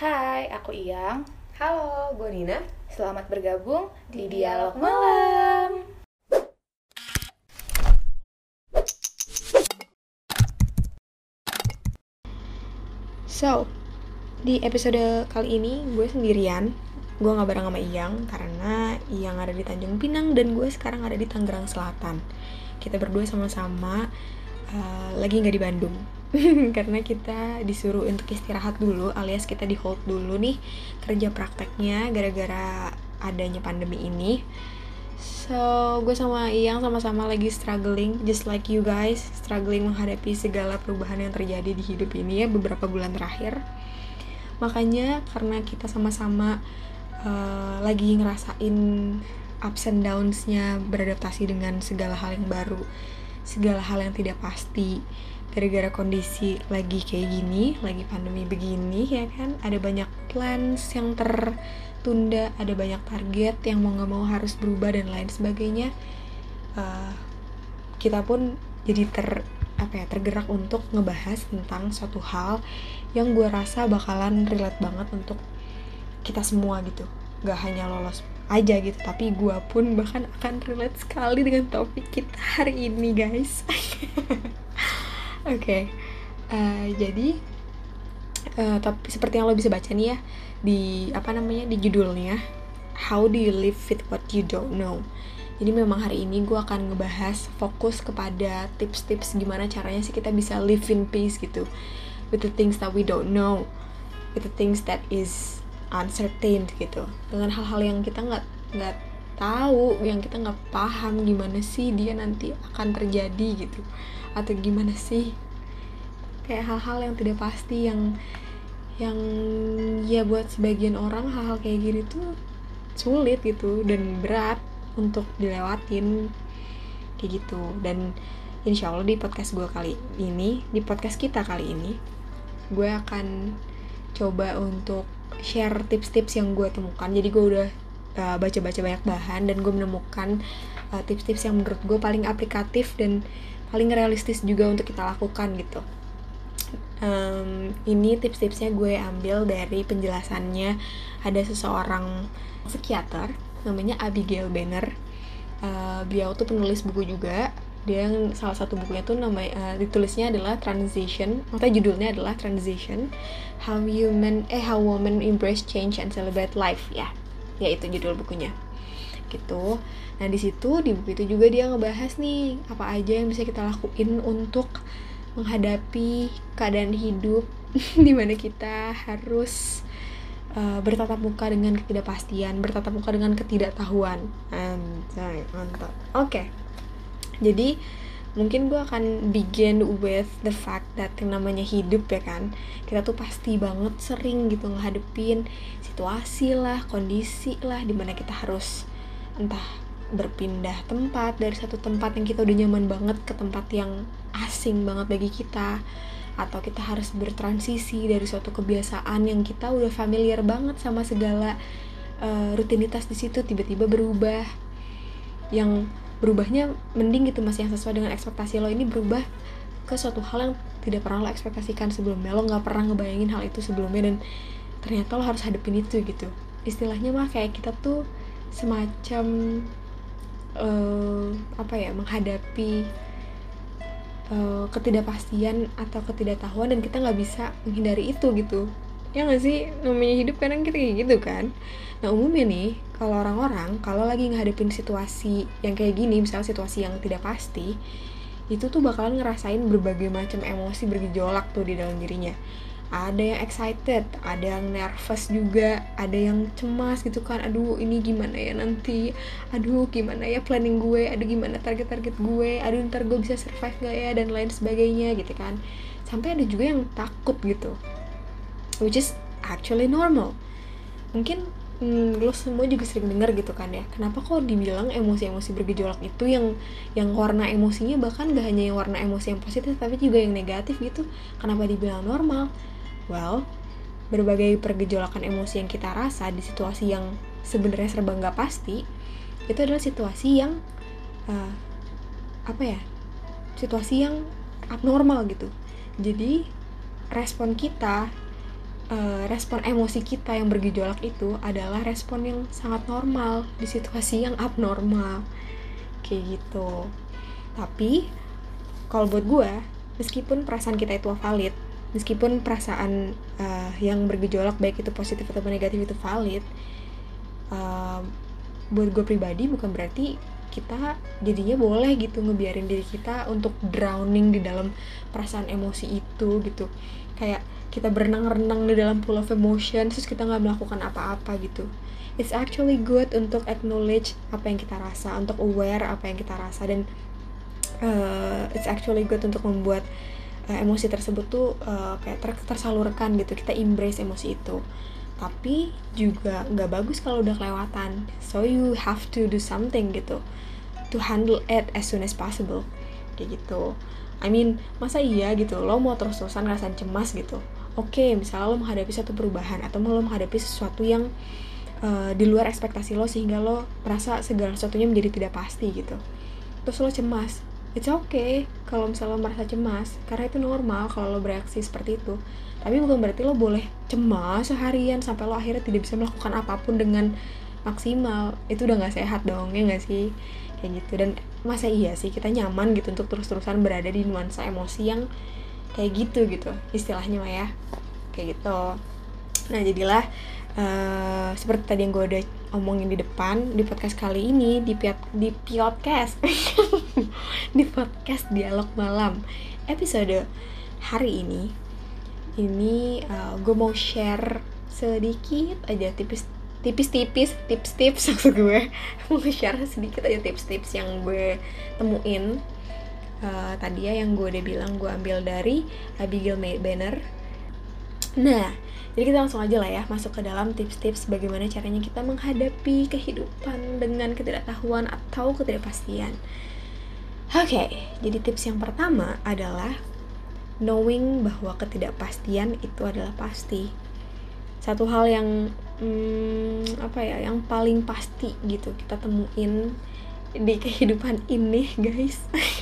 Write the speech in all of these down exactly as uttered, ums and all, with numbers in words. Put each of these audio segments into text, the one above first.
Hai, aku Iyang. Halo, gue Nina. Selamat bergabung di Dialog Malam. So, di episode kali ini gue sendirian. Gue gak bareng sama Iyang karena Iyang ada di Tanjung Pinang dan gue sekarang ada di Tangerang Selatan. Kita berdua sama-sama uh, lagi gak di Bandung. Karena kita disuruh untuk istirahat dulu, alias kita di hold dulu nih kerja prakteknya gara-gara adanya pandemi ini. So, gue sama Iyang sama-sama lagi struggling, just like you guys, struggling menghadapi segala perubahan yang terjadi di hidup ini ya beberapa bulan terakhir. Makanya karena kita sama-sama uh, lagi ngerasain ups and downs-nya beradaptasi dengan segala hal yang baru, segala hal yang tidak pasti. Gara-gara kondisi lagi kayak gini, lagi pandemi begini ya kan, ada banyak plans yang tertunda, ada banyak target yang mau gak mau harus berubah dan lain sebagainya. uh, Kita pun jadi ter apa ya tergerak untuk ngebahas tentang suatu hal yang gue rasa bakalan relate banget untuk kita semua gitu. Gak hanya lolos aja gitu, tapi gue pun bahkan akan relate sekali dengan topik kita hari ini guys. Oke, okay. uh, jadi uh, tapi seperti yang lo bisa baca nih ya di apa namanya di judulnya, How do you live with what you don't know? Jadi memang hari ini gue akan ngebahas fokus kepada tips-tips gimana caranya sih kita bisa live in peace gitu, with the things that we don't know, with the things that is uncertain gitu, dengan hal-hal yang kita nggak nggak tahu, yang kita nggak paham gimana sih dia nanti akan terjadi gitu, atau gimana sih kayak hal-hal yang tidak pasti yang yang ya buat sebagian orang hal-hal kayak gini tuh sulit gitu dan berat untuk dilewatin kayak gitu. Dan insya Allah di podcast gue kali ini, di podcast kita kali ini, gue akan coba untuk share tips-tips yang gue temukan. Jadi gue udah uh, baca-baca banyak bahan dan gue menemukan uh, tips-tips yang menurut gue paling aplikatif dan paling realistis juga untuk kita lakukan gitu. Um, ini tips-tipsnya gue ambil dari penjelasannya ada seseorang psikiater namanya Abigail Banner. Uh, beliau tuh penulis buku juga. Dia yang salah satu bukunya tuh nama uh, ditulisnya adalah Transition, atau judulnya adalah Transition, How Human eh How Women Embrace Change and Celebrate Life ya. Ya itu judul bukunya. Gitu. Nah, di situ di buku itu juga dia ngebahas nih apa aja yang bisa kita lakuin untuk menghadapi keadaan hidup di mana kita harus uh, bertatap muka dengan ketidakpastian, bertatap muka dengan ketidaktahuan. Anjay, mantap. Oke. Okay. Jadi mungkin gue akan begin with the fact that yang namanya hidup ya kan, kita tuh pasti banget sering gitu ngadepin situasi lah, kondisi lah dimana kita harus entah berpindah tempat dari satu tempat yang kita udah nyaman banget ke tempat yang asing banget bagi kita, atau kita harus bertransisi dari suatu kebiasaan yang kita udah familiar banget sama segala uh, rutinitas di situ tiba-tiba berubah, yang berubahnya mending gitu masih yang sesuai dengan ekspektasi lo, ini berubah ke suatu hal yang tidak pernah lo ekspektasikan sebelumnya, lo nggak pernah ngebayangin hal itu sebelumnya dan ternyata lo harus hadepin itu gitu. Istilahnya mah kayak kita tuh semacam uh, apa ya menghadapi uh, ketidakpastian atau ketidaktahuan dan kita nggak bisa menghindari itu gitu. Ya nggak sih, namanya hidup kadang kita kayak gitu kan. Nah umumnya nih kalau orang-orang kalau lagi ngadepin situasi yang kayak gini, misalnya situasi yang tidak pasti, itu tuh bakalan ngerasain berbagai macam emosi bergejolak tuh di dalam dirinya. Ada yang excited, ada yang nervous juga, ada yang cemas gitu kan. Aduh ini gimana ya nanti, aduh gimana ya planning gue, aduh gimana target-target gue, aduh ntar gue bisa survive gak ya, dan lain sebagainya gitu kan. Sampai ada juga yang takut gitu, which is actually normal. Mungkin hmm, lo semua juga sering dengar gitu kan ya, kenapa kok dibilang emosi-emosi bergejolak itu yang yang warna emosinya bahkan gak hanya yang warna emosi yang positif tapi juga yang negatif gitu, kenapa dibilang normal? Well, berbagai pergejolakan emosi yang kita rasa di situasi yang sebenarnya serba gak pasti, itu adalah situasi yang uh, apa ya situasi yang abnormal gitu. Jadi respon kita uh, respon emosi kita yang bergejolak itu adalah respon yang sangat normal di situasi yang abnormal kayak gitu. Tapi kalau buat gue, meskipun perasaan kita itu valid, meskipun perasaan uh, yang bergejolak baik itu positif atau negatif itu valid, uh, buat gue pribadi bukan berarti kita jadinya boleh gitu ngebiarin diri kita untuk drowning di dalam perasaan emosi itu gitu. Kayak kita berenang-renang di dalam pool of emotion terus kita gak melakukan apa-apa gitu. It's actually good untuk acknowledge apa yang kita rasa, untuk aware apa yang kita rasa, dan uh, it's actually good untuk membuat uh, emosi tersebut tuh uh, kayak ter- tersalurkan gitu, kita embrace emosi itu. Tapi juga gak bagus kalau udah kelewatan, so you have to do something gitu to handle it as soon as possible kayak gitu. I mean, masa iya gitu lo mau terus-terusan ngerasain cemas gitu. Oke, okay, misalnya lo menghadapi satu perubahan atau lo menghadapi sesuatu yang uh, di luar ekspektasi lo sehingga lo merasa segala sesuatunya menjadi tidak pasti gitu, terus lo cemas. It's okay kalau misalnya lo merasa cemas, karena itu normal kalau lo bereaksi seperti itu. Tapi bukan berarti lo boleh cemas seharian sampai lo akhirnya tidak bisa melakukan apapun dengan maksimal. Itu udah gak sehat dong, ya gak sih? Kayak gitu. Dan masa iya sih kita nyaman gitu untuk terus-terusan berada di nuansa emosi yang kayak gitu gitu istilahnya mah ya, kayak gitu. Nah jadilah uh, seperti tadi yang gue udah omongin di depan, di podcast kali ini, di piot, di podcast di podcast Dialog Malam episode hari ini ini uh, gue mau share sedikit aja tipis tipis-tipis tips-tips maksud gue mau share sedikit aja tips-tips yang gue temuin uh, tadi ya, yang gue udah bilang gue ambil dari Abigail Banner. Nah jadi kita langsung aja lah ya masuk ke dalam tips-tips bagaimana caranya kita menghadapi kehidupan dengan ketidaktahuan atau ketidakpastian. Oke, okay, jadi tips yang pertama adalah knowing bahwa ketidakpastian itu adalah pasti. Satu hal yang hmm, apa ya, yang paling pasti gitu kita temuin di kehidupan ini, guys,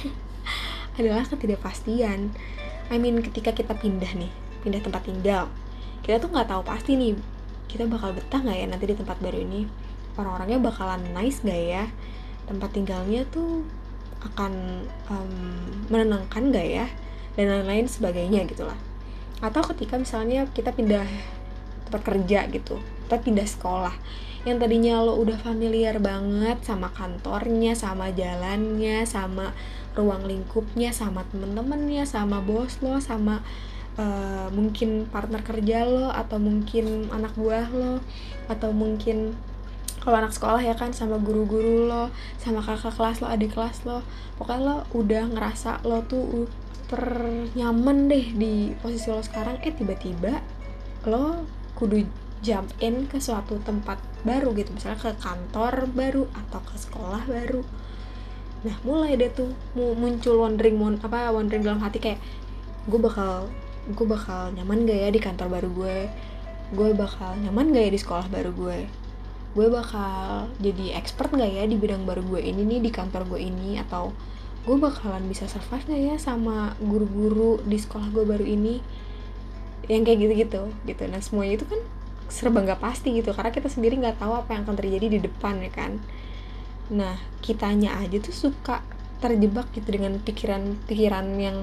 adalah ketidakpastian. I mean, ketika kita pindah nih, pindah tempat tinggal, kita tuh nggak tahu pasti nih kita bakal betah nggak ya nanti di tempat baru ini, orang-orangnya bakalan nice nggak ya, tempat tinggalnya tuh akan um, menenangkan nggak ya, dan lain-lain sebagainya gitulah. Atau ketika misalnya kita pindah tempat kerja gitu, kita pindah sekolah, yang tadinya lo udah familiar banget sama kantornya, sama jalannya, sama ruang lingkupnya, sama temen-temennya, sama bos lo, sama uh, mungkin partner kerja lo, atau mungkin anak buah lo, atau mungkin kalau anak sekolah ya kan sama guru-guru lo, sama kakak kelas lo, adik kelas lo. Pokoknya lo udah ngerasa lo tuh super nyaman deh di posisi lo sekarang, eh tiba-tiba lo kudu jump in ke suatu tempat baru gitu, misalnya ke kantor baru atau ke sekolah baru. Nah mulai deh tuh muncul wondering apa wondering dalam hati, kayak gue bakal gue bakal nyaman gak ya di kantor baru gue, gue bakal nyaman gak ya di sekolah baru gue, gue bakal jadi expert gak ya di bidang baru gue ini nih, di kantor gue ini, atau gue bakalan bisa survive gak ya sama guru-guru di sekolah gue baru ini, yang kayak gitu-gitu gitu. Nah semuanya itu kan serba gak pasti gitu, karena kita sendiri gak tahu apa yang akan terjadi di depan ya kan. Nah kitanya aja tuh suka terjebak gitu dengan pikiran-pikiran yang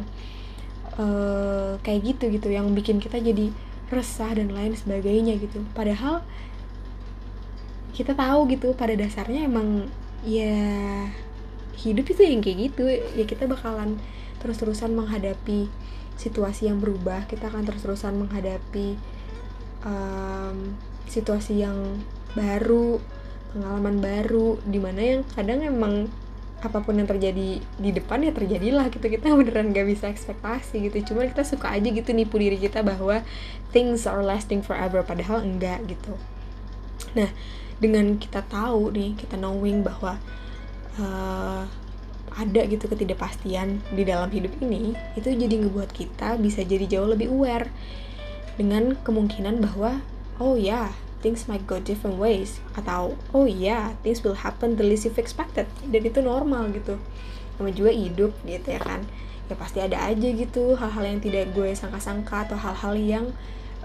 uh, kayak gitu gitu, yang bikin kita jadi resah dan lain sebagainya gitu. Padahal kita tahu gitu pada dasarnya emang ya hidup itu yang kayak gitu ya, kita bakalan terus-terusan menghadapi situasi yang berubah, kita akan terus-terusan menghadapi um, situasi yang baru, pengalaman baru, dimana yang kadang emang apapun yang terjadi di depan ya terjadilah gitu, kita beneran gak bisa ekspektasi gitu. Cuma kita suka aja gitu nipu diri kita bahwa things are lasting forever, padahal enggak gitu. Nah dengan kita tahu nih, kita knowing bahwa uh, ada gitu ketidakpastian di dalam hidup ini, itu jadi ngebuat kita bisa jadi jauh lebih aware dengan kemungkinan bahwa oh ya yeah, things might go different ways, atau oh ya yeah, things will happen the least you've expected, dan itu normal gitu. Namanya juga hidup gitu ya kan, ya pasti ada aja gitu hal-hal yang tidak gue sangka-sangka, atau hal-hal yang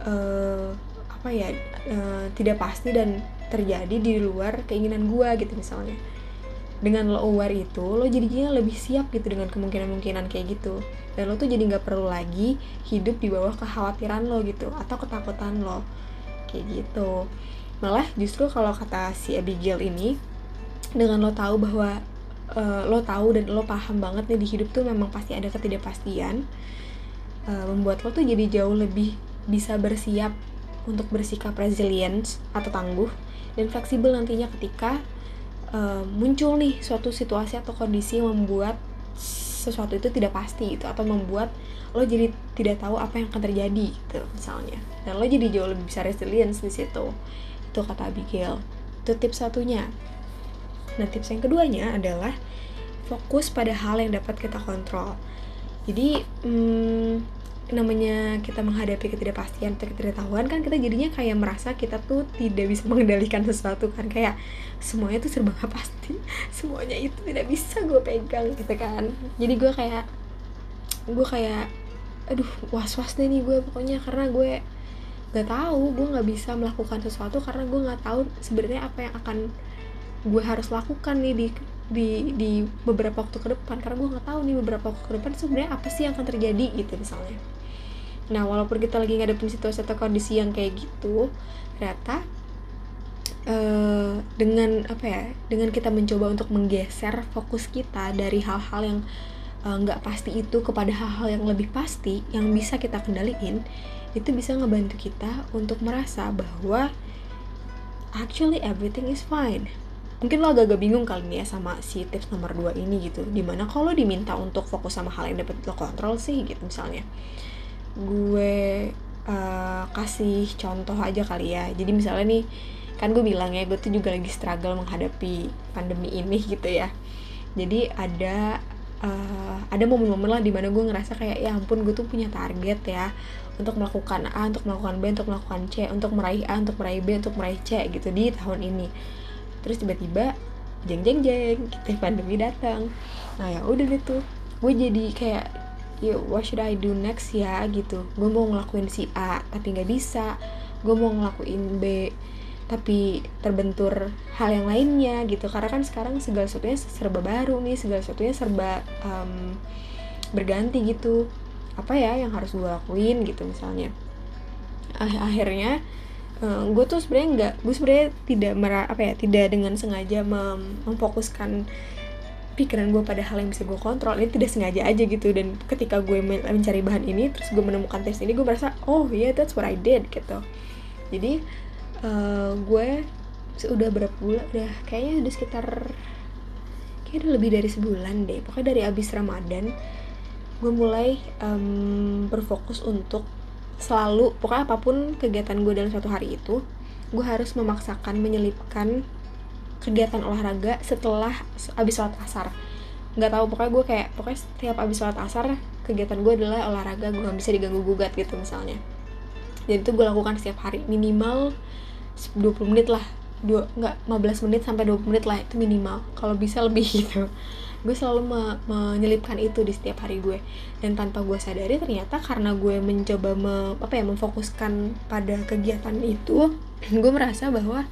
uh, apa ya uh, tidak pasti dan terjadi di luar keinginan gue gitu misalnya. Dengan lo aware itu, lo jadinya lebih siap gitu dengan kemungkinan-kemungkinan kayak gitu, dan lo tuh jadi nggak perlu lagi hidup di bawah kekhawatiran lo gitu atau ketakutan lo kayak gitu. Malah justru kalau kata si Abigail ini, dengan lo tahu bahwa uh, lo tahu dan lo paham banget nih di hidup tuh memang pasti ada ketidakpastian, uh, membuat lo tuh jadi jauh lebih bisa bersiap untuk bersikap resilience atau tangguh dan fleksibel nantinya ketika Uh, muncul nih suatu situasi atau kondisi yang membuat sesuatu itu tidak pasti gitu, atau membuat lo jadi tidak tahu apa yang akan terjadi gitu misalnya, dan lo jadi jauh lebih bisa resilience di situ. Itu kata Abigail, itu tips satunya. Nah, tips yang keduanya adalah fokus pada hal yang dapat kita kontrol. Jadi hmm, namanya kita menghadapi ketidakpastian atau ketidaktahuan kan, kita jadinya kayak merasa kita tuh tidak bisa mengendalikan sesuatu kan, kayak semuanya tuh serba gak pasti, semuanya itu tidak bisa gue pegang gitu kan. Jadi gue kayak gue kayak aduh was-was deh nih gue pokoknya, karena gue gak tahu, gue gak bisa melakukan sesuatu karena gue gak tahu sebenarnya apa yang akan gue harus lakukan nih di di di beberapa waktu ke depan, karena gue nggak tahu nih beberapa waktu ke depan sebenarnya apa sih yang akan terjadi gitu misalnya. Nah, walaupun kita lagi ngadepin situasi atau kondisi yang kayak gitu, ternyata uh, dengan apa ya, dengan kita mencoba untuk menggeser fokus kita dari hal-hal yang nggak uh, pasti itu kepada hal-hal yang lebih pasti yang bisa kita kendaliin, itu bisa ngebantu kita untuk merasa bahwa actually everything is fine. Mungkin lo agak-agak bingung kali ini ya sama si tips nomor dua ini gitu, dimana kalau diminta untuk fokus sama hal yang dapat lo kontrol sih gitu misalnya. Gue uh, kasih contoh aja kali ya. Jadi misalnya nih, kan gue bilang ya, gue tuh juga lagi struggle menghadapi pandemi ini gitu ya. Jadi ada uh, ada momen-momen lah dimana gue ngerasa kayak ya ampun, gue tuh punya target ya, untuk melakukan A, untuk melakukan B, untuk melakukan C, untuk meraih A, untuk meraih B, untuk meraih C gitu di tahun ini. Terus tiba-tiba jeng jeng jeng gitu pandemi datang. Nah ya udah gitu, gue jadi kayak ya what should I do next ya gitu. Gue mau ngelakuin si A tapi nggak bisa, gue mau ngelakuin B tapi terbentur hal yang lainnya gitu, karena kan sekarang segala sesuatunya serba baru nih, segala sesuatunya serba um, berganti gitu. Apa ya yang harus gue lakuin gitu misalnya. Akhirnya Uh, gue tuh sebenarnya nggak, gue sebenarnya tidak merah apa ya, tidak dengan sengaja mem- memfokuskan pikiran gue pada hal yang bisa gue kontrol. Ini tidak sengaja aja gitu, dan ketika gue mencari bahan ini, terus gue menemukan tips ini, gue merasa oh yeah, that's what I did gitu. Jadi uh, gue udah berapa bulan, udah kayaknya udah sekitar kayaknya udah lebih dari sebulan deh, pokoknya dari abis Ramadan gue mulai um, berfokus untuk selalu, pokoknya apapun kegiatan gue dalam suatu hari itu, gue harus memaksakan menyelipkan kegiatan olahraga setelah abis sholat asar. Nggak tahu, pokoknya gue kayak pokoknya setiap abis sholat asar kegiatan gue adalah olahraga, gue nggak bisa diganggu gugat gitu misalnya. Jadi itu gue lakukan setiap hari minimal dua puluh menit lah, dua nggak lima belas menit sampai dua puluh menit lah itu minimal, kalau bisa lebih gitu. Gue selalu me- menyelipkan itu di setiap hari gue, dan tanpa gue sadari ternyata karena gue mencoba me- apa ya memfokuskan pada kegiatan itu, gue merasa bahwa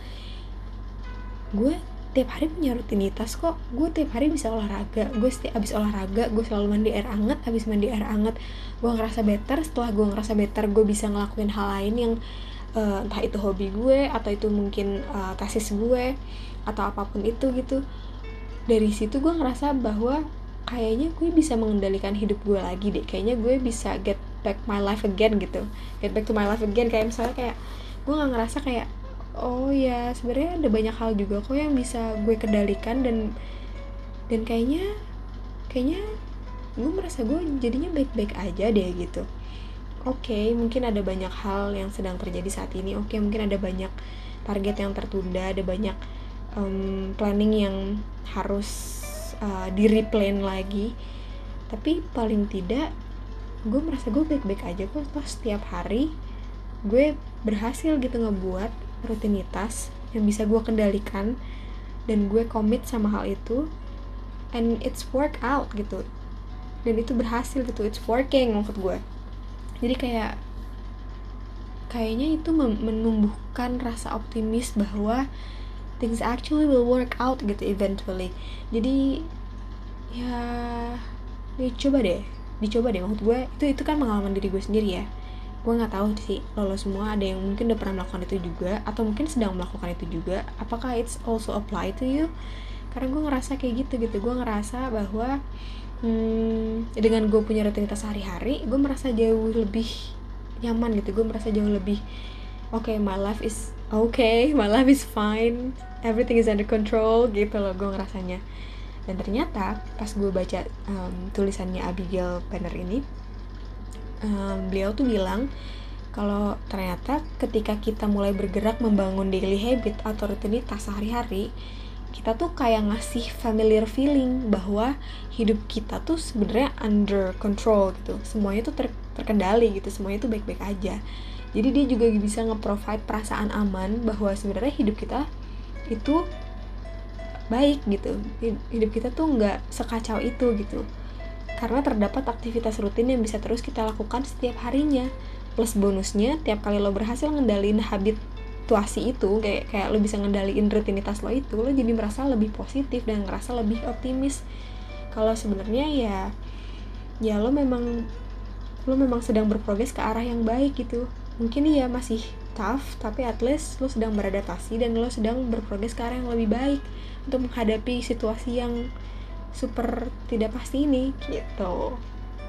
gue tiap hari punya rutinitas kok. Gue tiap hari bisa olahraga, gue setiap abis olahraga gue selalu mandi air hangat, abis mandi air hangat gue ngerasa better, setelah gue ngerasa better gue bisa ngelakuin hal lain yang uh, entah itu hobi gue atau itu mungkin uh, tesis gue atau apapun itu gitu. Dari situ gue ngerasa bahwa kayaknya gue bisa mengendalikan hidup gue lagi deh, kayaknya gue bisa get back my life again gitu, get back to my life again. Kayak misalnya kayak gue nggak ngerasa kayak oh ya sebenarnya ada banyak hal juga kok yang bisa gue kendalikan, dan dan kayaknya kayaknya gue merasa gue jadinya baik-baik aja deh gitu. Oke, okay, mungkin ada banyak hal yang sedang terjadi saat ini, oke okay, mungkin ada banyak target yang tertunda, ada banyak Um, planning yang harus uh, di replan lagi, tapi paling tidak gue merasa gue baik-baik aja kok. Toh setiap hari gue berhasil gitu ngebuat rutinitas yang bisa gue kendalikan, dan gue komit sama hal itu, and it's work out gitu, dan itu berhasil gitu, it's working maksud gue. Jadi kayak kayaknya itu mem- menumbuhkan rasa optimis bahwa things actually will work out gitu eventually. Jadi ya dicoba deh dicoba deh maksud gue itu itu kan pengalaman diri gue sendiri ya. Gue nggak tahu sih lo semua ada yang mungkin udah pernah melakukan itu juga atau mungkin sedang melakukan itu juga, apakah it's also apply to you? Karena gue ngerasa kayak gitu gitu gue ngerasa bahwa hmm, dengan gue punya rutinitas sehari-hari gue merasa jauh lebih nyaman gitu, gue merasa jauh lebih oke, okay, my life is okay, my life is fine, everything is under control gitu loh gue ngerasanya. Dan ternyata pas gue baca um, tulisannya Abigail Banner ini, um, beliau tuh bilang kalau ternyata ketika kita mulai bergerak membangun daily habit atau rutinitas sehari-hari, kita tuh kayak ngasih familiar feeling bahwa hidup kita tuh sebenarnya under control gitu, semuanya tuh ter- terkendali gitu, semuanya tuh baik-baik aja. Jadi dia juga bisa nge-provide perasaan aman bahwa sebenarnya hidup kita itu baik gitu, hidup kita tuh nggak sekacau itu gitu, karena terdapat aktivitas rutin yang bisa terus kita lakukan setiap harinya. Plus bonusnya, tiap kali lo berhasil ngendaliin habituasi itu, kayak kayak lo bisa ngendaliin rutinitas lo itu, lo jadi merasa lebih positif dan ngerasa lebih optimis. Kalau sebenarnya ya, ya lo memang lo memang sedang berprogres ke arah yang baik gitu. Mungkin iya masih tough, tapi at least lo sedang beradaptasi dan lo sedang berprogres ke arah yang lebih baik untuk menghadapi situasi yang super tidak pasti ini gitu.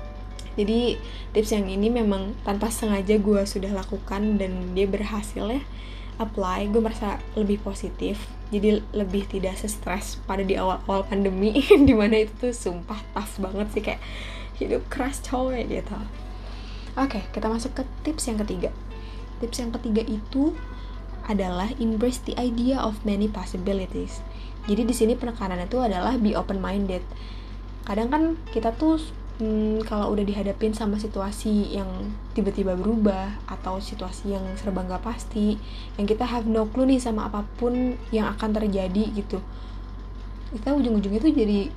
Jadi tips yang ini memang tanpa sengaja gue sudah lakukan dan dia berhasil ya apply. Gue merasa lebih positif, jadi lebih tidak stres pada di awal-awal pandemi dimana itu tuh sumpah tough banget sih, kayak hidup keras coy gitu. Oke, kita masuk ke tips yang ketiga. Tips yang ketiga itu adalah embrace the idea of many possibilities. Jadi di sini penekanannya itu adalah be open minded. Kadang kan kita tuh hmm, kalau udah dihadapin sama situasi yang tiba-tiba berubah atau situasi yang serba nggak pasti, yang kita have no clue nih sama apapun yang akan terjadi gitu, kita ujung-ujungnya tuh jadi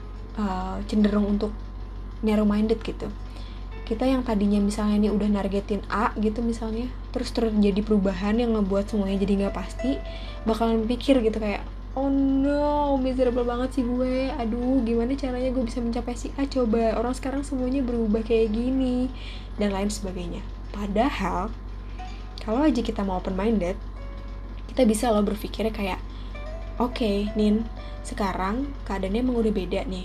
uh, cenderung untuk narrow minded gitu. Kita yang tadinya misalnya nih udah nargetin A gitu misalnya, terus terjadi perubahan yang ngebuat semuanya jadi nggak pasti, bakalan pikir gitu kayak, oh no, miserable banget sih gue, aduh gimana caranya gue bisa mencapai si A, coba orang sekarang semuanya berubah kayak gini, dan lain sebagainya. Padahal kalau aja kita mau open minded, kita bisa loh berpikirnya kayak, oke okay, Nin, sekarang keadaannya emang udah beda nih,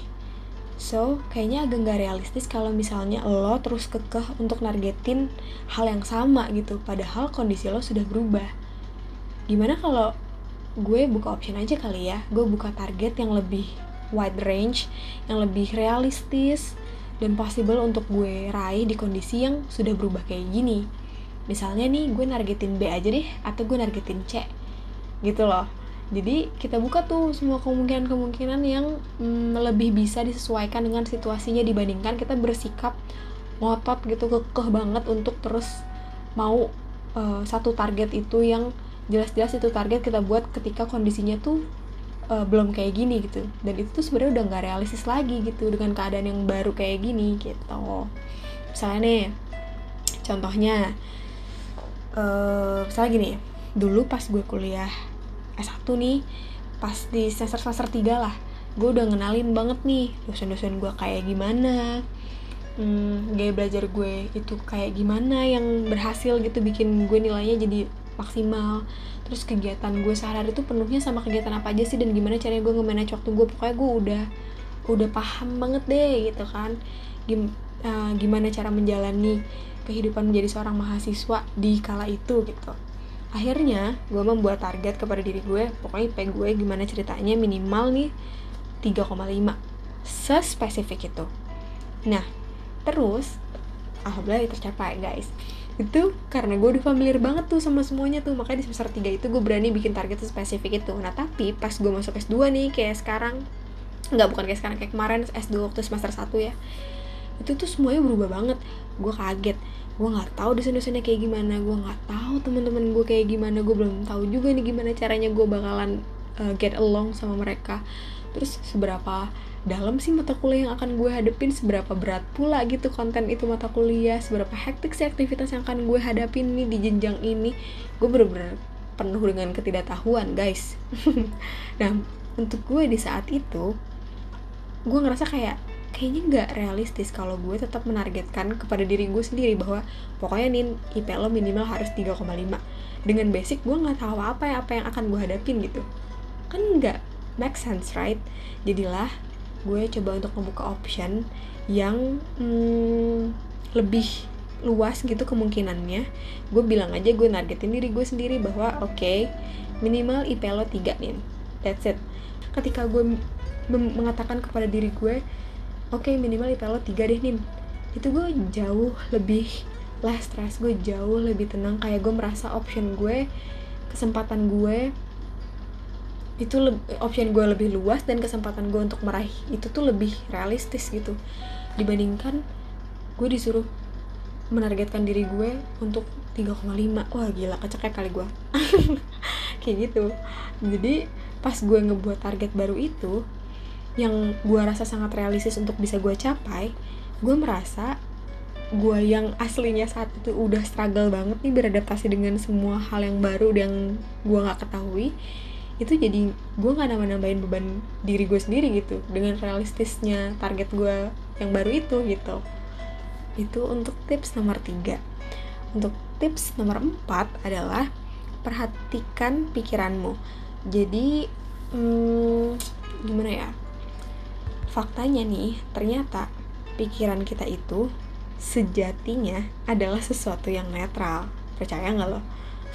so kayaknya agak gak realistis kalau misalnya lo terus kekeh untuk nargetin hal yang sama gitu, padahal kondisi lo sudah berubah. Gimana kalau gue buka option aja kali ya, gue buka target yang lebih wide range, yang lebih realistis dan possible untuk gue raih di kondisi yang sudah berubah kayak gini. Misalnya nih, gue nargetin B aja deh, atau gue nargetin C gitu loh. Jadi kita buka tuh semua kemungkinan-kemungkinan yang mm, lebih bisa disesuaikan dengan situasinya, dibandingkan kita bersikap ngotot gitu, kekeh banget untuk terus mau uh, satu target itu yang jelas-jelas itu target kita buat ketika kondisinya tuh uh, belum kayak gini gitu, dan itu tuh sebenarnya udah nggak realistis lagi gitu dengan keadaan yang baru kayak gini gitu. Misalnya nih, contohnya uh, misalnya gini, dulu pas gue kuliah S satu nih, pas di semester-semester tiga lah, gue udah ngenalin banget nih dosen-dosen gue kayak gimana, hmm, gaya belajar gue itu kayak gimana yang berhasil gitu bikin gue nilainya jadi maksimal. Terus kegiatan gue sehari-hari tuh penuhnya sama kegiatan apa aja sih, dan gimana caranya gue nge-manage waktu gue. Pokoknya gue udah udah paham banget deh gitu kan, Gim, uh, gimana cara menjalani kehidupan menjadi seorang mahasiswa di kala itu gitu. Akhirnya gue membuat target kepada diri gue, pokoknya I P gue gimana ceritanya minimal nih tiga koma lima, sespesifik itu. Nah terus alhamdulillah tercapai guys. Itu karena gue udah familiar banget tuh sama semuanya tuh, makanya di semester tiga itu gue berani bikin target spesifik itu. Nah tapi pas gue masuk S dua nih, kayak sekarang, enggak bukan kayak sekarang, kayak kemarin S dua waktu semester satu ya, itu tuh semuanya berubah banget. Gue kaget, gue nggak tahu dosen-dosennya kayak gimana, gue nggak tahu teman-teman gue kayak gimana, gue belum tahu juga nih gimana caranya gue bakalan uh, get along sama mereka, terus seberapa dalam sih mata kuliah yang akan gue hadapin, seberapa berat pula gitu konten itu mata kuliah, seberapa hektik sih aktivitas yang akan gue hadapin nih di jenjang ini. Gue bener-bener penuh dengan ketidaktahuan guys. Nah untuk gue di saat itu, gue ngerasa kayak kayaknya nggak realistis kalau gue tetap menargetkan kepada diri gue sendiri bahwa pokoknya nih I P lo minimal harus tiga koma lima. Dengan basic gue nggak tahu apa ya apa yang akan gue hadapin gitu, kan nggak make sense, right? Jadilah gue coba untuk membuka option yang hmm, lebih luas gitu kemungkinannya. Gue bilang aja gue nargetin diri gue sendiri bahwa oke, okay, minimal I P lo tiga nih, that's it. Ketika gue mem- mengatakan kepada diri gue oke okay, minimal I P lo tiga deh nih, itu gue jauh lebih less stress, gue jauh lebih tenang. Kayak gue merasa option gue, kesempatan gue itu le- option gue lebih luas dan kesempatan gue untuk meraih itu tuh lebih realistis gitu, dibandingkan gue disuruh menargetkan diri gue untuk tiga koma lima. Wah gila, kecekek kali gue. Kayak gitu. Jadi pas gue ngebuat target baru itu yang gue rasa sangat realistis untuk bisa gue capai, gue merasa gue yang aslinya saat itu udah struggle banget nih beradaptasi dengan semua hal yang baru yang gue gak ketahui, itu jadi gue gak nambah-nambahin beban diri gue sendiri gitu dengan realistisnya target gue yang baru itu gitu. Itu untuk tips nomor tiga. Untuk tips nomor empat adalah perhatikan pikiranmu. Jadi hmm, gimana ya, faktanya nih, ternyata pikiran kita itu sejatinya adalah sesuatu yang netral. Percaya gak lo?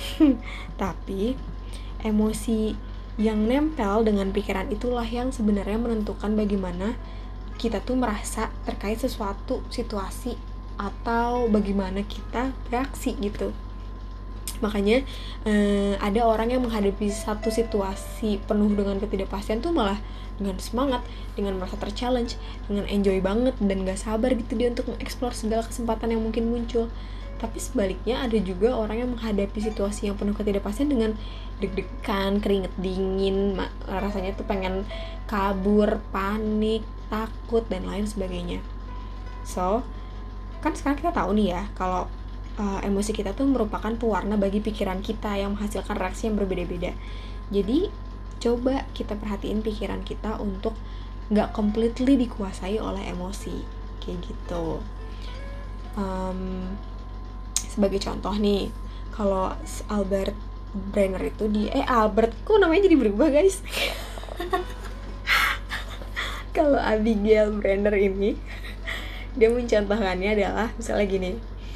Tapi emosi yang nempel dengan pikiran itulah yang sebenarnya menentukan bagaimana kita tuh merasa terkait sesuatu situasi atau bagaimana kita bereaksi gitu. Makanya eh, ada orang yang menghadapi satu situasi penuh dengan ketidakpastian tuh malah dengan semangat, dengan merasa ter-challenge, dengan enjoy banget dan gak sabar gitu dia untuk mengeksplor segala kesempatan yang mungkin muncul. Tapi sebaliknya ada juga orang yang menghadapi situasi yang penuh ketidakpastian dengan deg-degan, keringet dingin, rasanya tuh pengen kabur, panik, takut dan lain sebagainya. So, kan sekarang kita tahu nih ya kalau uh, emosi kita tuh merupakan pewarna bagi pikiran kita yang menghasilkan reaksi yang berbeda-beda. Jadi coba kita perhatiin pikiran kita untuk nggak completely dikuasai oleh emosi kayak gitu. Um, sebagai contoh nih, kalau Albert Brenner itu di eh Albert kok namanya jadi berubah guys. Kalau Abigail Brenner ini dia mencontohkannya adalah misalnya gini,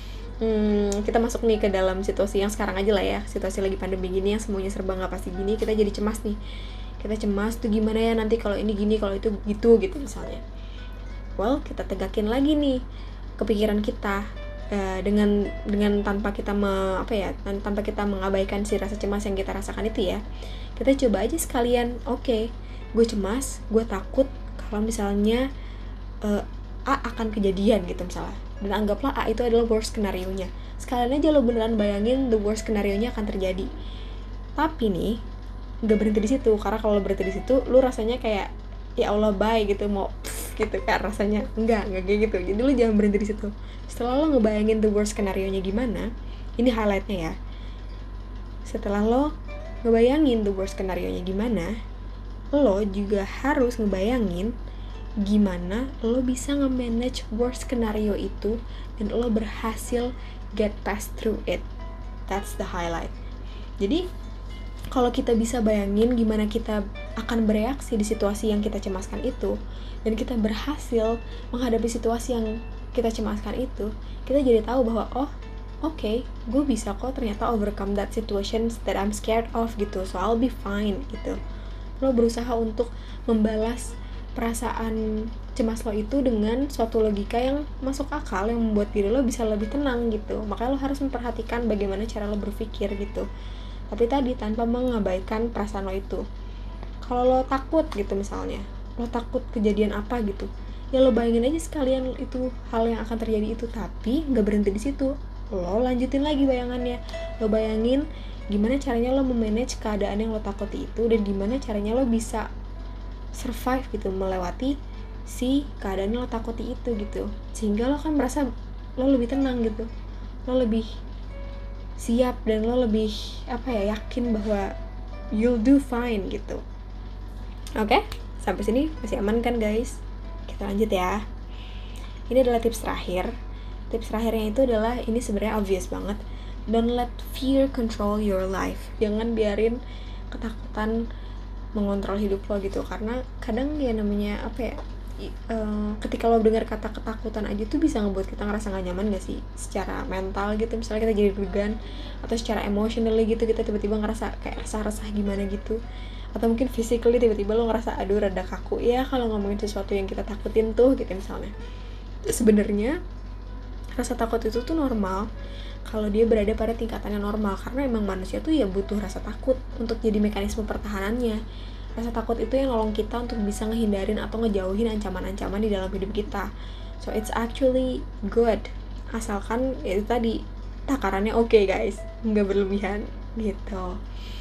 hmm, kita masuk nih ke dalam situasi yang sekarang aja lah ya, situasi lagi pandemi gini yang semuanya serba nggak pasti gini, kita jadi cemas nih, kita cemas tuh gimana ya nanti kalau ini gini, kalau itu gitu gitu misalnya. Well, kita tegakin lagi nih kepikiran kita uh, dengan dengan tanpa kita me, apa ya tanpa kita mengabaikan si rasa cemas yang kita rasakan itu ya. Kita coba aja sekalian, oke, okay, gue cemas, gue takut kalau misalnya uh, A akan kejadian gitu misalnya, dan anggaplah A itu adalah worst skenario-nya. Sekalian aja lo beneran bayangin the worst skenario-nya akan terjadi. Tapi nih nggak berhenti di situ, karena kalau berhenti di situ lo rasanya kayak ya Allah bye gitu, mau pff, gitu kan rasanya. Enggak, enggak kayak gitu. Jadi lo jangan berhenti di situ. Setelah lo ngebayangin the worst skenario-nya gimana, ini highlight-nya ya. Setelah lo ngebayangin the worst skenario-nya gimana, lo juga harus ngebayangin gimana lo bisa nge-manage worst scenario itu dan lo berhasil get past through it. That's the highlight. Jadi kalau kita bisa bayangin gimana kita akan bereaksi di situasi yang kita cemaskan itu, dan kita berhasil menghadapi situasi yang kita cemaskan itu, kita jadi tahu bahwa oh oke, okay, gue bisa kok ternyata overcome that situation that I'm scared of gitu, so I'll be fine gitu. Lo berusaha untuk membalas perasaan cemas lo itu dengan suatu logika yang masuk akal, yang membuat diri lo bisa lebih tenang gitu. Makanya lo harus memperhatikan bagaimana cara lo berpikir gitu. Tapi tadi tanpa mengabaikan perasaan lo itu. Kalau lo takut gitu misalnya, lo takut kejadian apa gitu, ya lo bayangin aja sekalian itu hal yang akan terjadi itu, tapi nggak berhenti di situ. Lo lanjutin lagi bayangannya. Lo bayangin gimana caranya lo memanage keadaan yang lo takuti itu, dan gimana caranya lo bisa survive gitu, melewati si keadaan yang lo takuti itu gitu, sehingga lo kan merasa lo lebih tenang gitu, lo lebih siap dan lo lebih apa ya yakin bahwa you'll do fine gitu. Oke, okay? Sampai sini masih aman kan guys? Kita lanjut ya. Ini adalah tips terakhir. Tips terakhirnya itu adalah, ini sebenarnya obvious banget. Don't let fear control your life. Jangan biarin ketakutan mengontrol hidup lo gitu. Karena kadang ya namanya apa ya, Uh, ketika lo dengar kata ketakutan aja tuh bisa ngebuat kita ngerasa gak nyaman gak sih? Secara mental gitu, misalnya kita jadi deg-degan, atau secara emotionally gitu, kita tiba-tiba ngerasa kayak resah-resah gimana gitu, atau mungkin physically tiba-tiba lo ngerasa aduh rada kaku ya kalau ngomongin sesuatu yang kita takutin tuh gitu misalnya. Sebenarnya rasa takut itu tuh normal kalau dia berada pada tingkatan yang normal, karena emang manusia tuh ya butuh rasa takut untuk jadi mekanisme pertahanannya. Rasa takut itu yang nolong kita untuk bisa ngehindarin atau ngejauhin ancaman-ancaman di dalam hidup kita. So it's actually good, asalkan ya itu tadi takarannya oke okay, guys, nggak berlebihan gitu.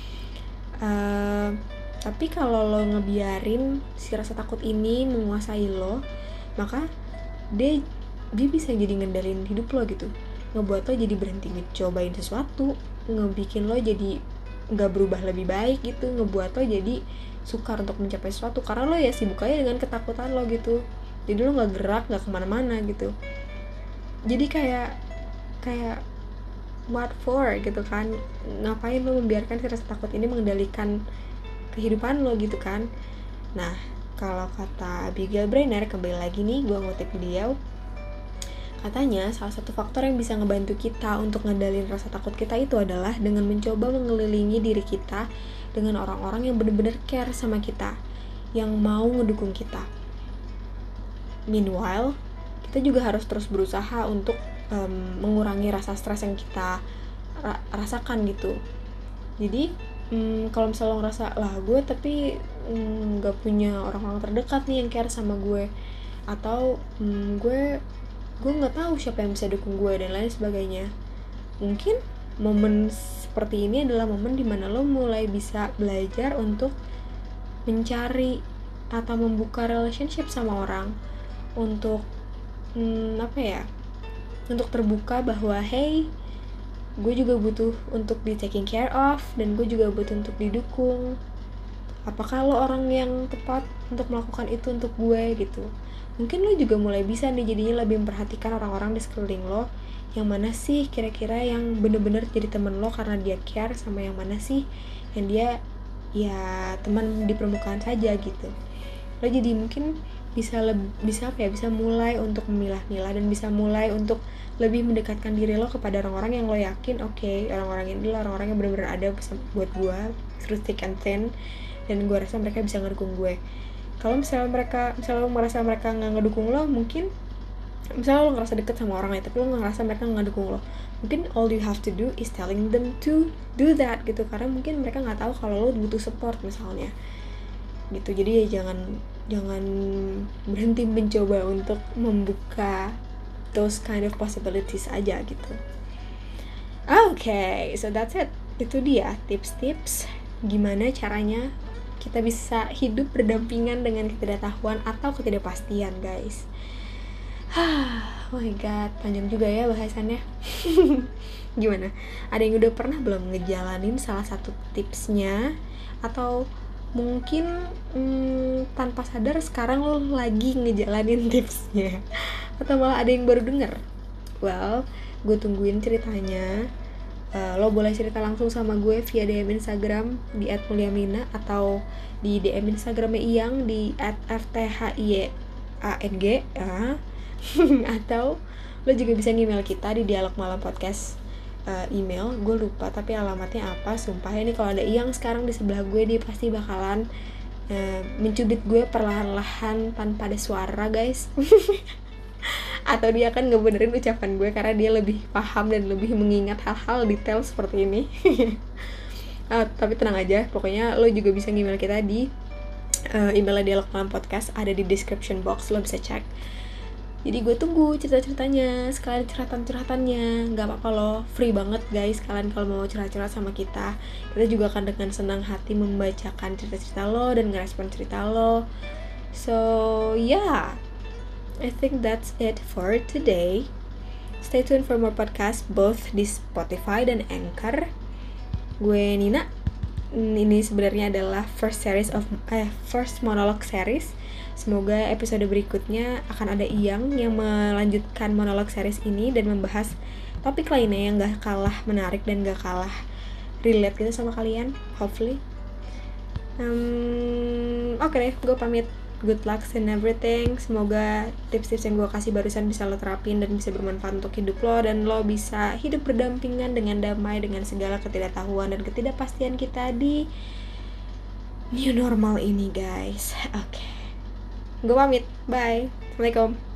Uh, tapi kalau lo ngebiarin si rasa takut ini menguasai lo, maka dia dia bisa jadi ngendalin hidup lo gitu, ngebuat lo jadi berhenti ngecobain sesuatu, ngebikin lo jadi nggak berubah lebih baik gitu, ngebuat lo jadi sukar untuk mencapai sesuatu karena lo ya sibuk aja dengan ketakutan lo gitu. Jadi lo nggak gerak, nggak kemana-mana gitu. Jadi kayak kayak what for gitu kan? Ngapain lo membiarkan si rasa takut ini mengendalikan kehidupan lo gitu kan? Nah, kalau kata Abigail Brenner, kembali lagi nih gue ngutip beliau, katanya salah satu faktor yang bisa ngebantu kita untuk ngendalin rasa takut kita itu adalah dengan mencoba mengelilingi diri kita dengan orang-orang yang benar-benar care sama kita, yang mau ngedukung kita. Meanwhile, kita juga harus terus berusaha untuk um, mengurangi rasa stres yang kita ra- rasakan gitu. Jadi, um, kalau misalnya lo ngerasa, lah gue tapi um, gak punya orang-orang terdekat nih yang care sama gue, atau um, gue gue nggak tahu siapa yang bisa dukung gue dan lain sebagainya. Mungkin momen seperti ini adalah momen dimana lo mulai bisa belajar untuk mencari atau membuka relationship sama orang, untuk hmm, apa ya, untuk terbuka bahwa hey, gue juga butuh untuk di taking care of, dan gue juga butuh untuk didukung. Apakah lo orang yang tepat untuk melakukan itu untuk gue gitu? Mungkin lo juga mulai bisa nih jadinya lebih memperhatikan orang-orang di sekeliling lo, yang mana sih kira-kira yang bener-bener jadi temen lo karena dia care, sama yang mana sih yang dia ya teman di permukaan saja gitu. Lo jadi mungkin bisa lebih bisa apa ya bisa mulai untuk memilah-milah dan bisa mulai untuk lebih mendekatkan diri lo kepada orang-orang yang lo yakin oke okay, orang-orang ini orang-orang yang bener-bener ada buat gue through thick and thin, dan gue rasa mereka bisa ngedukung gue. Kalau misalnya mereka, misalnya lo merasa mereka nggak ngedukung lo, mungkin misalnya lo ngerasa deket sama orang lain tapi lo ngerasa mereka nggak ngedukung lo, mungkin all you have to do is telling them to do that gitu, karena mungkin mereka nggak tahu kalau lo butuh support misalnya gitu. Jadi ya jangan jangan berhenti mencoba untuk membuka those kind of possibilities aja gitu. Oke, okay, so that's it. Itu dia tips-tips gimana caranya kita bisa hidup berdampingan dengan ketidaktahuan atau ketidakpastian, guys. Oh my god, panjang juga ya bahasannya. Gimana? Ada yang udah pernah belum ngejalanin salah satu tipsnya? Atau mungkin hmm, tanpa sadar sekarang lo lagi ngejalanin tipsnya? Atau malah ada yang baru denger? Well, gue tungguin ceritanya. Uh, lo boleh cerita langsung sama gue via D M Instagram di et mulyamina, atau di D M Instagramnya Iyang di et f t h i a n g uh. Atau lo juga bisa email kita di Dialog Malam Podcast uh, email, gue lupa tapi alamatnya apa. Sumpah ini kalau ada Iyang sekarang di sebelah gue, dia pasti bakalan uh, mencubit gue perlahan-lahan tanpa ada suara, guys. Atau dia akan ngebenerin ucapan gue karena dia lebih paham dan lebih mengingat hal-hal detail seperti ini. uh, Tapi tenang aja, pokoknya lo juga bisa email kita di uh, emailnya Dialog Malam Podcast, ada di description box, lo bisa cek. Jadi gue tunggu cerita-ceritanya, sekalian curhatan-curhatannya. Gak apa-apa loh, free banget guys. Kalian kalau mau curhat-curhat sama kita, kita juga akan dengan senang hati membacakan cerita-cerita lo dan ngerespon cerita lo. So yeah, I think that's it for today. Stay tuned for more podcast both di Spotify dan Anchor. Gue Nina. Ini sebenarnya adalah first series of eh first monologue series. Semoga episode berikutnya akan ada Iyang yang melanjutkan monologue series ini dan membahas topik lainnya yang gak kalah menarik dan gak kalah relate gitu sama kalian, hopefully. Um, Oke okay deh, gue pamit. Good luck and everything. Semoga tips-tips yang gue kasih barusan bisa lo terapin dan bisa bermanfaat untuk hidup lo, dan lo bisa hidup berdampingan dengan damai dengan segala ketidaktahuan dan ketidakpastian kita di new normal ini, guys. Oke, okay. Gue pamit. Bye. Assalamualaikum.